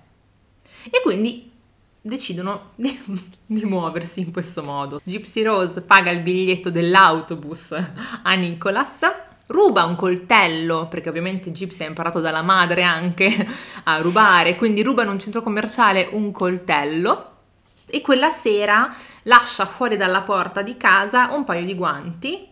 E quindi decidono di, di muoversi in questo modo. Gypsy Rose paga il biglietto dell'autobus a Nicholas, ruba un coltello, perché ovviamente Gypsy ha imparato dalla madre anche a rubare, quindi ruba in un centro commerciale un coltello e quella sera lascia fuori dalla porta di casa un paio di guanti,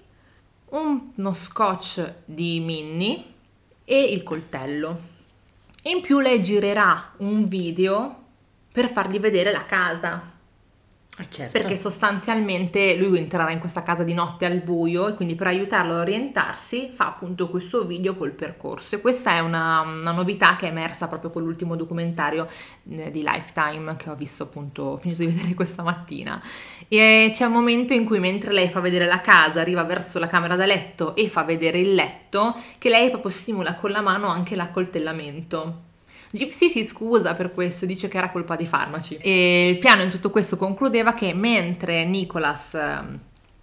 uno scotch di Minnie e il coltello. In più lei girerà un video per fargli vedere la casa, Eh certo. perché sostanzialmente lui entrerà in questa casa di notte al buio e quindi per aiutarlo ad orientarsi fa appunto questo video col percorso. E questa è una, una novità che è emersa proprio con l'ultimo documentario eh, di Lifetime che ho visto appunto, ho finito di vedere questa mattina. E c'è un momento in cui mentre lei fa vedere la casa, arriva verso la camera da letto e fa vedere il letto, che lei proprio simula con la mano anche l'accoltellamento. Gypsy si scusa per questo, dice che era colpa dei farmaci. E il piano in tutto questo concludeva che mentre Nicholas ehm,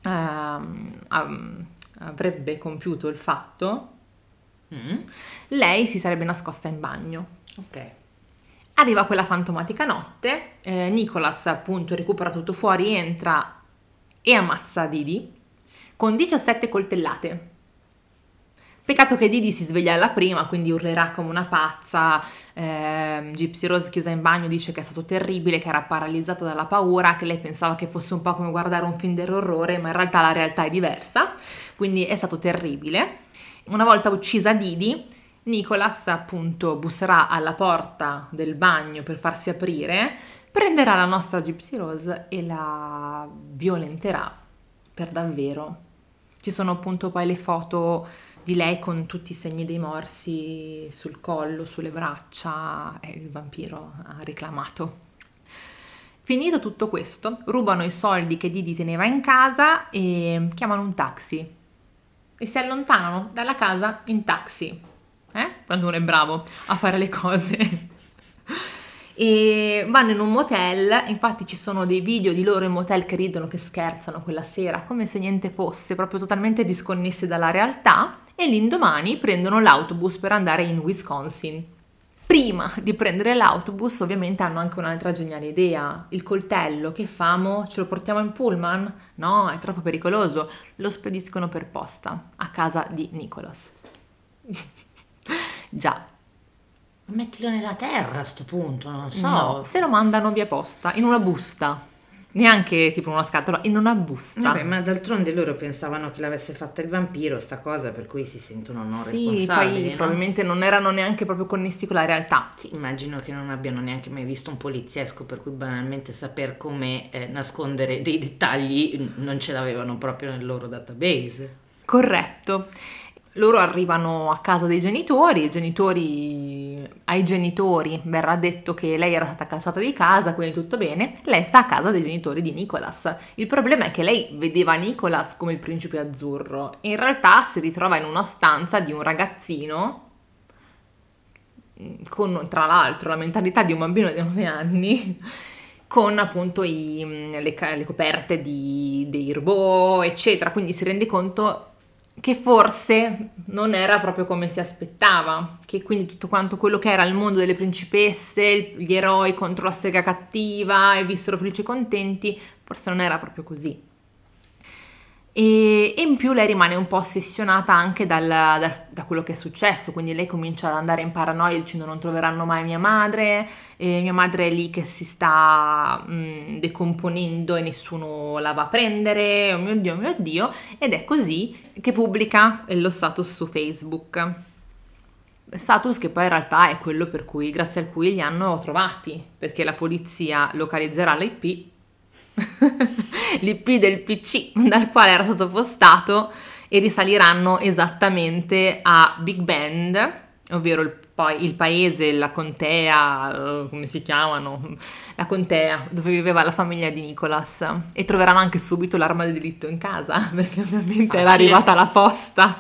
ehm, avrebbe compiuto il fatto, Mm, lei si sarebbe nascosta in bagno. ok. Arriva quella fantomatica notte, eh, Nicholas appunto recupera tutto fuori, entra e ammazza Didi con diciassette coltellate. Peccato che Didi si sveglia alla prima, quindi urlerà come una pazza. eh, Gypsy Rose, chiusa in bagno, dice che è stato terribile, che era paralizzata dalla paura, che lei pensava che fosse un po' come guardare un film dell'orrore, ma in realtà la realtà è diversa, quindi è stato terribile. Una volta uccisa Didi, Nicholas appunto busserà alla porta del bagno per farsi aprire, prenderà la nostra Gypsy Rose e la violenterà per davvero. Ci sono appunto poi le foto di lei con tutti i segni dei morsi sul collo, sulle braccia, e il vampiro ha reclamato. Finito tutto questo, rubano i soldi che Didi teneva in casa e chiamano un taxi e si allontanano dalla casa in taxi. Eh? Quando uno è bravo a fare le cose. E vanno in un motel, infatti ci sono dei video di loro in motel che ridono, che scherzano quella sera, come se niente fosse, proprio totalmente disconnessi dalla realtà, e l'indomani prendono l'autobus per andare in Wisconsin. Prima di prendere l'autobus ovviamente hanno anche un'altra geniale idea: il coltello, che famo? Ce lo portiamo in pullman? No, è troppo pericoloso, lo spediscono per posta a casa di Nicholas. Già. Mettilo nella terra a sto punto, non so. No, se lo mandano via posta, in una busta, neanche tipo in una scatola, in una busta. Vabbè, ma d'altronde loro pensavano che l'avesse fatta il vampiro sta cosa, per cui si sentono non sì, responsabili, poi no? probabilmente non erano neanche proprio connessi con la realtà. Sì, immagino che non abbiano neanche mai visto un poliziesco, per cui banalmente saper come eh, nascondere dei dettagli non ce l'avevano proprio nel loro database. Corretto. Loro arrivano a casa dei genitori, i genitori, ai genitori verrà detto che lei era stata cacciata di casa, quindi tutto bene. Lei sta a casa dei genitori di Nicholas. Il problema è che lei vedeva Nicholas come il principe azzurro e in realtà si ritrova in una stanza di un ragazzino con, tra l'altro, la mentalità di un bambino di nove anni, con appunto i, le, le coperte di, dei robot, eccetera. Quindi si rende conto che forse non era proprio come si aspettava, che quindi tutto quanto quello che era il mondo delle principesse, gli eroi contro la strega cattiva e vissero felici e contenti, forse non era proprio così. E, e in più lei rimane un po' ossessionata anche dal, da, da quello che è successo, quindi lei comincia ad andare in paranoia dicendo non troveranno mai mia madre, e mia madre è lì che si sta mh, decomponendo e nessuno la va a prendere, oh mio Dio, oh mio Dio, ed è così che pubblica lo status su Facebook. Status che poi in realtà è quello per cui, grazie al cui li hanno trovati, perché la polizia localizzerà l'I P l'I P del P C dal quale era stato postato e risaliranno esattamente a Big Bend, ovvero il, poi il paese, la contea, uh, come si chiamano, la contea dove viveva la famiglia di Nicholas, e troveranno anche subito l'arma del delitto in casa perché ovviamente Facile. Era arrivata la posta.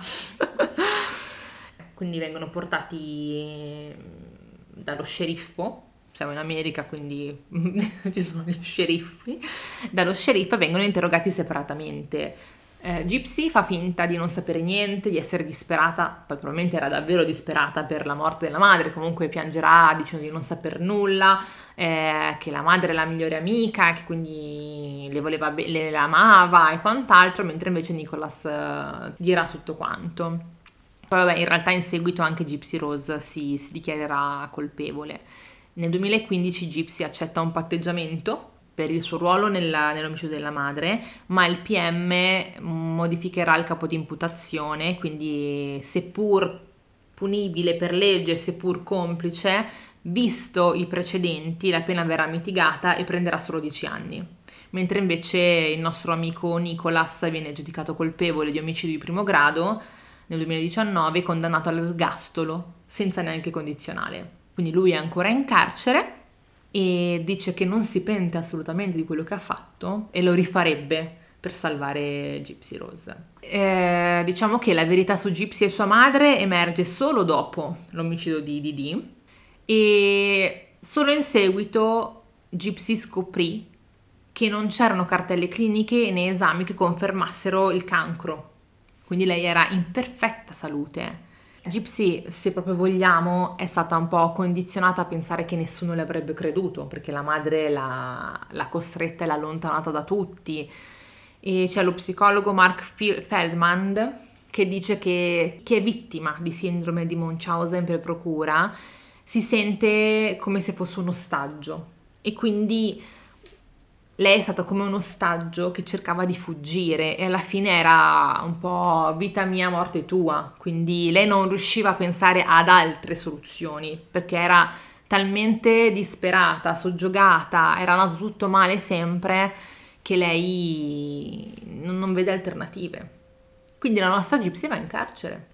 Quindi vengono portati dallo sceriffo. Siamo in America, quindi ci sono gli sceriffi. Dallo sceriffo vengono interrogati separatamente. Eh, Gypsy fa finta di non sapere niente, di essere disperata, poi probabilmente era davvero disperata per la morte della madre, comunque piangerà dicendo di non saper nulla, eh, che la madre è la migliore amica, che quindi le voleva be- le, le amava e quant'altro, mentre invece Nicholas eh, dirà tutto quanto. Poi vabbè, in realtà in seguito anche Gypsy Rose si, si dichiarerà colpevole. Nel duemilaquindici Gypsy accetta un patteggiamento per il suo ruolo nella, nell'omicidio della madre, ma il P M modificherà il capo di imputazione, quindi seppur punibile per legge, seppur complice, visto i precedenti, la pena verrà mitigata e prenderà solo dieci anni. Mentre invece il nostro amico Nicholas viene giudicato colpevole di omicidio di primo grado nel duemiladiciannove, condannato all'ergastolo senza neanche condizionale. Quindi lui è ancora in carcere e dice che non si pente assolutamente di quello che ha fatto e lo rifarebbe per salvare Gypsy Rose. Eh, diciamo che la verità su Gypsy e sua madre emerge solo dopo l'omicidio di Didi e solo in seguito Gypsy scoprì che non c'erano cartelle cliniche né esami che confermassero il cancro, quindi lei era in perfetta salute. Gypsy, se proprio vogliamo, è stata un po' condizionata a pensare che nessuno le avrebbe creduto, perché la madre l'ha, l'ha costretta e l'ha allontanata da tutti. E c'è lo psicologo Mark Feldman che dice che chi è vittima di sindrome di Munchausen per procura si sente come se fosse un ostaggio e quindi lei è stata come un ostaggio che cercava di fuggire e alla fine era un po' vita mia, morte tua, quindi lei non riusciva a pensare ad altre soluzioni perché era talmente disperata, soggiogata, era andato tutto male sempre che lei non, non vede alternative. Quindi la nostra Gypsy va in carcere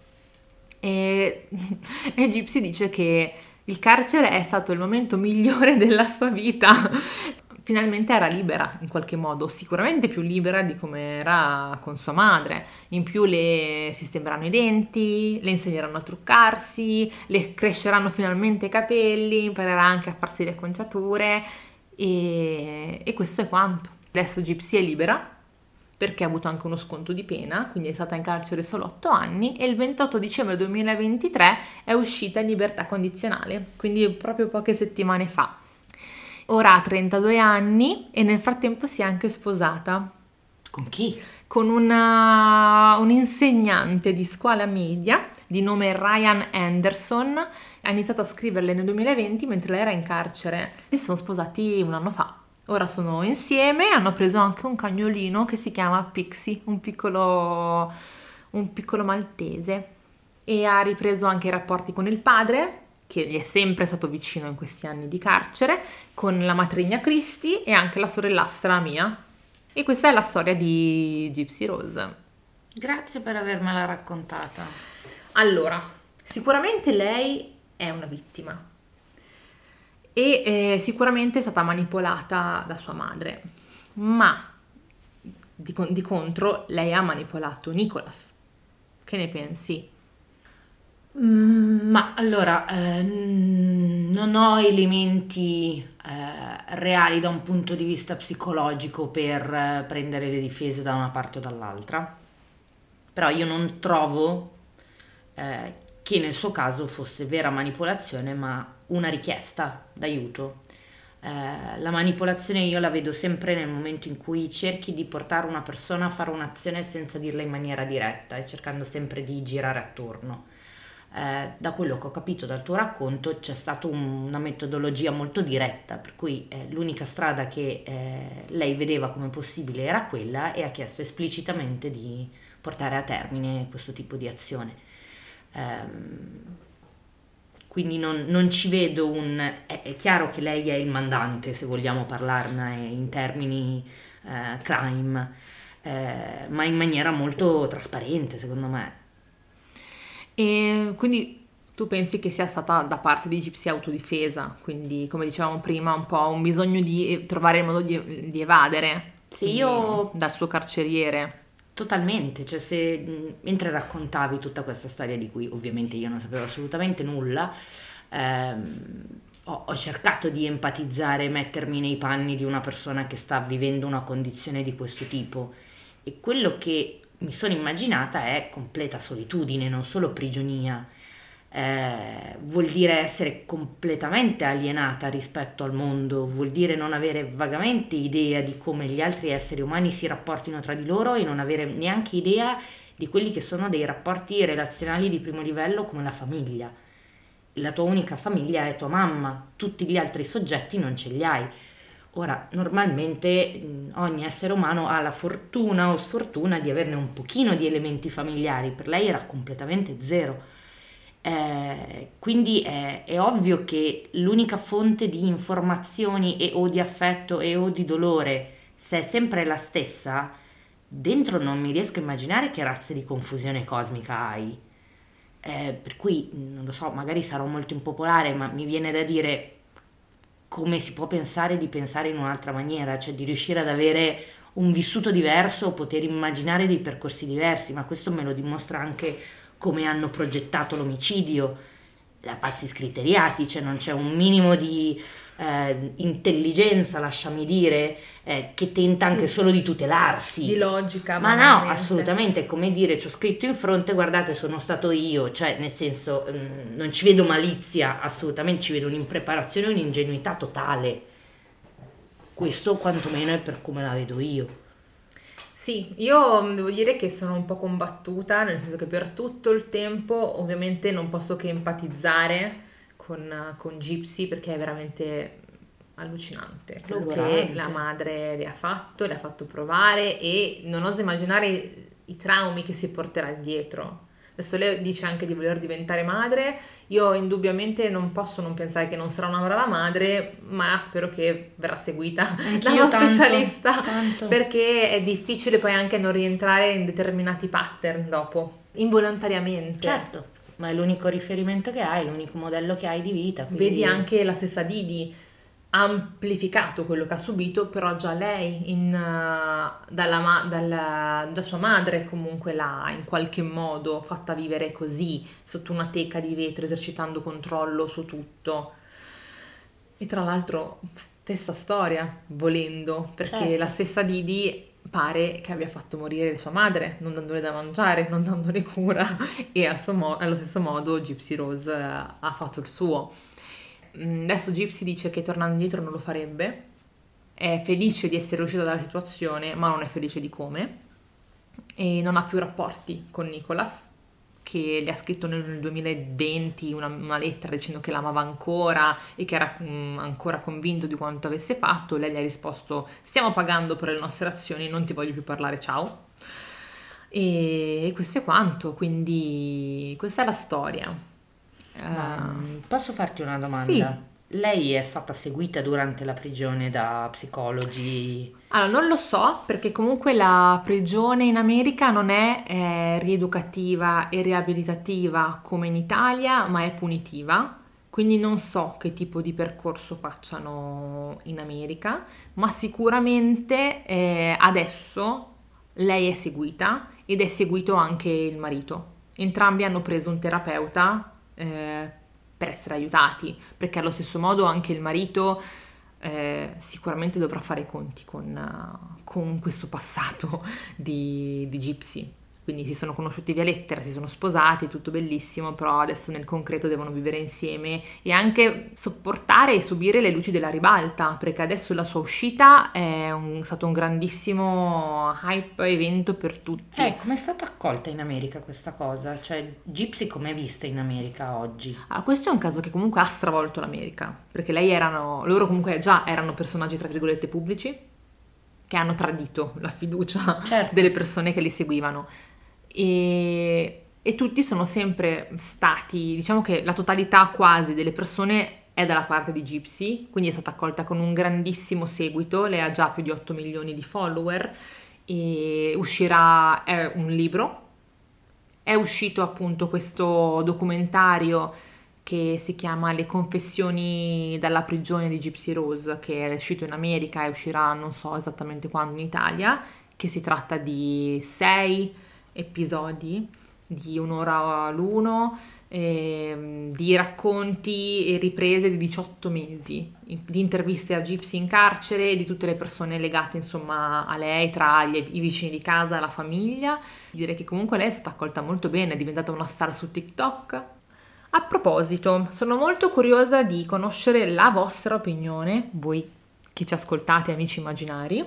e, e Gypsy dice che il carcere è stato il momento migliore della sua vita. Finalmente era libera in qualche modo, sicuramente più libera di come era con sua madre. In più le sistemeranno i denti, le insegneranno a truccarsi, le cresceranno finalmente i capelli, imparerà anche a farsi le acconciature e, e questo è quanto. Adesso Gypsy è libera perché ha avuto anche uno sconto di pena, quindi è stata in carcere solo otto anni e il ventotto dicembre duemilaventitré è uscita in libertà condizionale, quindi proprio poche settimane fa. Ora ha trentadue anni e nel frattempo si è anche sposata. Con chi? Con una, un insegnante di scuola media di nome Ryan Anderson. Ha iniziato a scriverle nel duemilaventi mentre lei era in carcere. Si sono sposati un anno fa. Ora sono insieme, hanno preso anche un cagnolino che si chiama Pixie, un piccolo, un piccolo maltese. E ha ripreso anche i rapporti con il padre, che gli è sempre stato vicino in questi anni di carcere, con la matrigna Christy e anche la sorellastra Mia. E questa è la storia di Gypsy Rose. Grazie per avermela raccontata. Allora, sicuramente lei è una vittima e eh, sicuramente è stata manipolata da sua madre, ma di, di contro lei ha manipolato Nicholas. Che ne pensi? Mm, ma allora, eh, non ho elementi eh, reali da un punto di vista psicologico per eh, prendere le difese da una parte o dall'altra, però io non trovo eh, che nel suo caso fosse vera manipolazione, ma una richiesta d'aiuto. Eh, la manipolazione io la vedo sempre nel momento in cui cerchi di portare una persona a fare un'azione senza dirla in maniera diretta e cercando sempre di girare attorno. Eh, da quello che ho capito dal tuo racconto c'è stata un, una metodologia molto diretta, per cui eh, l'unica strada che eh, lei vedeva come possibile era quella e ha chiesto esplicitamente di portare a termine questo tipo di azione. Ehm, quindi non, non ci vedo un... È, è chiaro che lei è il mandante, se vogliamo parlarne in termini eh, crime, eh, ma in maniera molto trasparente, secondo me. E quindi tu pensi che sia stata da parte di Gypsy autodifesa, quindi come dicevamo prima un po' un bisogno di trovare il modo di, di evadere sì, io... dal suo carceriere? Totalmente, cioè se mentre raccontavi tutta questa storia di cui ovviamente io non sapevo assolutamente nulla, ehm, ho, ho cercato di empatizzare e mettermi nei panni di una persona che sta vivendo una condizione di questo tipo e quello che mi sono immaginata è completa solitudine, non solo prigionia. Eh, vuol dire essere completamente alienata rispetto al mondo, vuol dire non avere vagamente idea di come gli altri esseri umani si rapportino tra di loro e non avere neanche idea di quelli che sono dei rapporti relazionali di primo livello come la famiglia. La tua unica famiglia è tua mamma, tutti gli altri soggetti non ce li hai. Ora, normalmente mh, ogni essere umano ha la fortuna o sfortuna di averne un pochino di elementi familiari, per lei era completamente zero. Eh, quindi è, è ovvio che l'unica fonte di informazioni e o di affetto e o di dolore, se è sempre la stessa, dentro non mi riesco a immaginare che razza di confusione cosmica hai. Eh, per cui, non lo so, magari sarò molto impopolare, ma mi viene da dire come si può pensare di pensare in un'altra maniera, cioè di riuscire ad avere un vissuto diverso o poter immaginare dei percorsi diversi, ma questo me lo dimostra anche come hanno progettato l'omicidio, da pazzi scriteriati, cioè non c'è un minimo di eh, intelligenza, lasciami dire, eh, che tenta Sì. anche solo di tutelarsi. Di logica, ma no, banalmente. assolutamente, come dire, c'ho scritto in fronte, guardate, sono stato io, cioè nel senso mh, non ci vedo malizia, assolutamente, ci vedo un'impreparazione e un'ingenuità totale. Questo quantomeno è per come la vedo io. Sì, io devo dire che sono un po' combattuta, nel senso che per tutto il tempo ovviamente non posso che empatizzare con, con Gypsy perché è veramente allucinante quello che la Logorante. madre le ha fatto, le ha fatto provare e non oso immaginare i traumi che si porterà dietro. Adesso lei dice anche di voler diventare madre, io indubbiamente non posso non pensare che non sarà una brava madre, ma spero che verrà seguita da Anch'io uno tanto, specialista tanto. perché è difficile poi anche non rientrare in determinati pattern dopo, involontariamente. Certo, ma è l'unico riferimento che hai, l'unico modello che hai di vita, Vedi quindi anche la stessa Didi ha amplificato quello che ha subito, però già lei in, uh, dalla, ma- dalla- da sua madre comunque l'ha in qualche modo fatta vivere così, sotto una teca di vetro, esercitando controllo su tutto. E tra l'altro stessa storia, volendo, perché la certo. stessa Didi pare che abbia fatto morire sua madre, non dandole da mangiare, non dandole cura, e al suo mo- allo stesso modo Gypsy Rose eh, ha fatto il suo. Mm, Adesso Gypsy dice che tornando indietro non lo farebbe, è felice di essere uscita dalla situazione, ma non è felice di come, e non ha più rapporti con Nicholas, che le ha scritto nel duemilaventi una, una lettera dicendo che l'amava ancora e che era mm, ancora convinto di quanto avesse fatto. Lei gli ha risposto: stiamo pagando per le nostre azioni, non ti voglio più parlare, ciao. E questo è quanto, quindi questa è la storia. Ma Eh, mm, posso farti una sì. domanda? Lei è stata seguita durante la prigione da psicologi? Allora, non lo so perché comunque la prigione in America non è eh, rieducativa e riabilitativa come in Italia, ma è punitiva. Quindi non so che tipo di percorso facciano in America, ma sicuramente eh, adesso lei è seguita ed è seguito anche il marito. Entrambi hanno preso un terapeuta eh, per essere aiutati, perché allo stesso modo anche il marito eh, sicuramente dovrà fare i conti con, eh, con questo passato di, di Gypsy. Quindi si sono conosciuti via lettera, si sono sposati, tutto bellissimo, però adesso nel concreto devono vivere insieme e anche sopportare e subire le luci della ribalta, perché adesso la sua uscita è un- stato un grandissimo hype evento per tutti. Eh, com'è stata accolta in America questa cosa? Cioè, Gypsy com'è vista in America oggi? Ah, questo è un caso che comunque ha stravolto l'America, perché lei erano, loro comunque già erano personaggi tra virgolette pubblici che hanno tradito la fiducia Certo. delle persone che li seguivano e, e tutti sono sempre stati, diciamo che la totalità quasi delle persone è dalla parte di Gypsy, quindi è stata accolta con un grandissimo seguito, lei ha già più di otto milioni di follower e uscirà è un libro, è uscito appunto questo documentario che si chiama Le confessioni dalla prigione di Gypsy Rose, che è uscito in America e uscirà non so esattamente quando in Italia, che si tratta di sei episodi di un'ora l'uno, ehm, di racconti e riprese di diciotto mesi, di interviste a Gypsy in carcere e di tutte le persone legate insomma a lei, tra gli- i vicini di casa, la famiglia. Direi che comunque lei è stata accolta molto bene, è diventata una star su TikTok. A proposito, sono molto curiosa di conoscere la vostra opinione, voi che ci ascoltate, amici immaginari.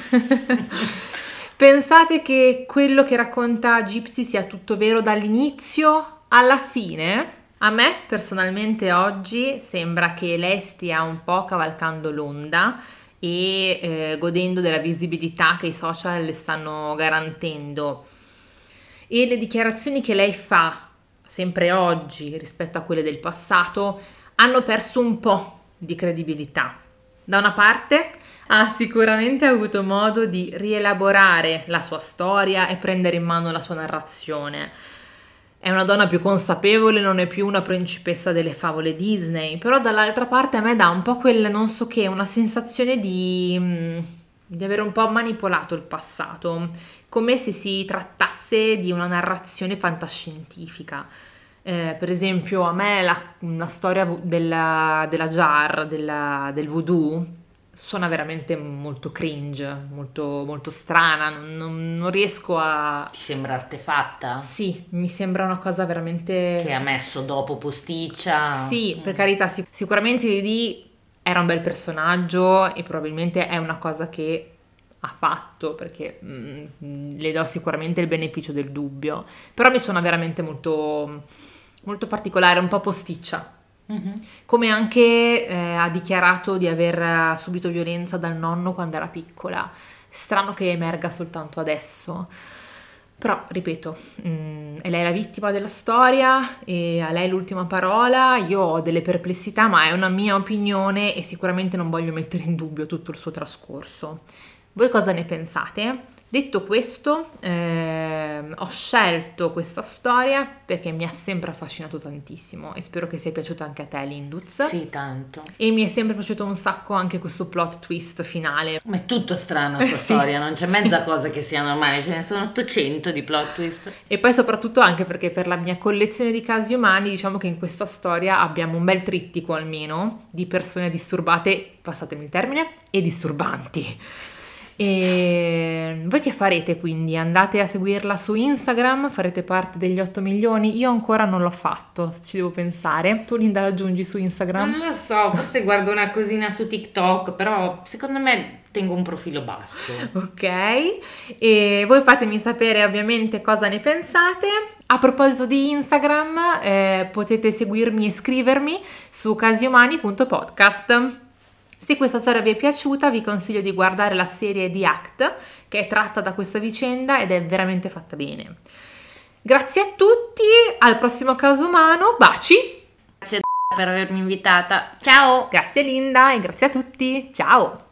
Pensate che quello che racconta Gypsy sia tutto vero dall'inizio alla fine? A me personalmente oggi sembra che lei stia un po' cavalcando l'onda e eh, godendo della visibilità che i social le stanno garantendo. E le dichiarazioni che lei fa, sempre oggi rispetto a quelle del passato, hanno perso un po' di credibilità. Da una parte ha sicuramente avuto modo di rielaborare la sua storia e prendere in mano la sua narrazione. È una donna più consapevole, non è più una principessa delle favole Disney, però dall'altra parte a me dà un po' quel non so che, una sensazione di, mm, di aver un po' manipolato il passato, come se si trattasse di una narrazione fantascientifica. Eh, per esempio, a me la, la storia vo- della, della jar, della- del voodoo, suona veramente molto cringe, molto, molto strana, non, non- non riesco a... Ti sembra artefatta? Sì, mi sembra una cosa Che ha veramente... messo dopo posticcia? Sì, per Mm. carità, sic- sicuramente Didi era un bel personaggio e probabilmente è una cosa che affatto, perché mh, le do sicuramente il beneficio del dubbio, però mi suona veramente molto, molto particolare, un po' posticcia. Mm-hmm. Come anche eh, ha dichiarato di aver subito violenza dal nonno quando era piccola. Strano che emerga soltanto adesso. Però, ripeto, mh, è lei la vittima della storia e a lei l'ultima parola. Io ho delle perplessità, ma è una mia opinione e sicuramente non voglio mettere in dubbio tutto il suo trascorso. Voi cosa ne pensate? Detto questo, ehm, ho scelto questa storia perché mi ha sempre affascinato tantissimo e spero che sia piaciuta anche a te, Linduz. Sì, tanto. E mi è sempre piaciuto un sacco anche questo plot twist finale. Ma è tutto strano questa Eh, sì, storia, non c'è sì. mezza cosa che sia normale, ce ne sono ottocento di plot twist. E poi soprattutto anche perché per la mia collezione di casi umani, diciamo che in questa storia abbiamo un bel trittico almeno di persone disturbate, passatemi il termine, e disturbanti. E voi che farete quindi? Andate a seguirla su Instagram? Farete parte degli otto milioni? Io ancora non l'ho fatto, ci devo pensare. Tu, Linda, raggiungi su Instagram? Non lo so, forse guardo una cosina su TikTok, però secondo me tengo un profilo basso. Ok, e voi fatemi sapere ovviamente cosa ne pensate. A proposito di Instagram, eh, potete seguirmi e scrivermi su casiumani punto podcast. Se questa storia vi è piaciuta, vi consiglio di guardare la serie The Act, che è tratta da questa vicenda ed è veramente fatta bene. Grazie a tutti, al prossimo caso umano, baci! Grazie per avermi invitata, ciao! Grazie Linda e grazie a tutti, ciao!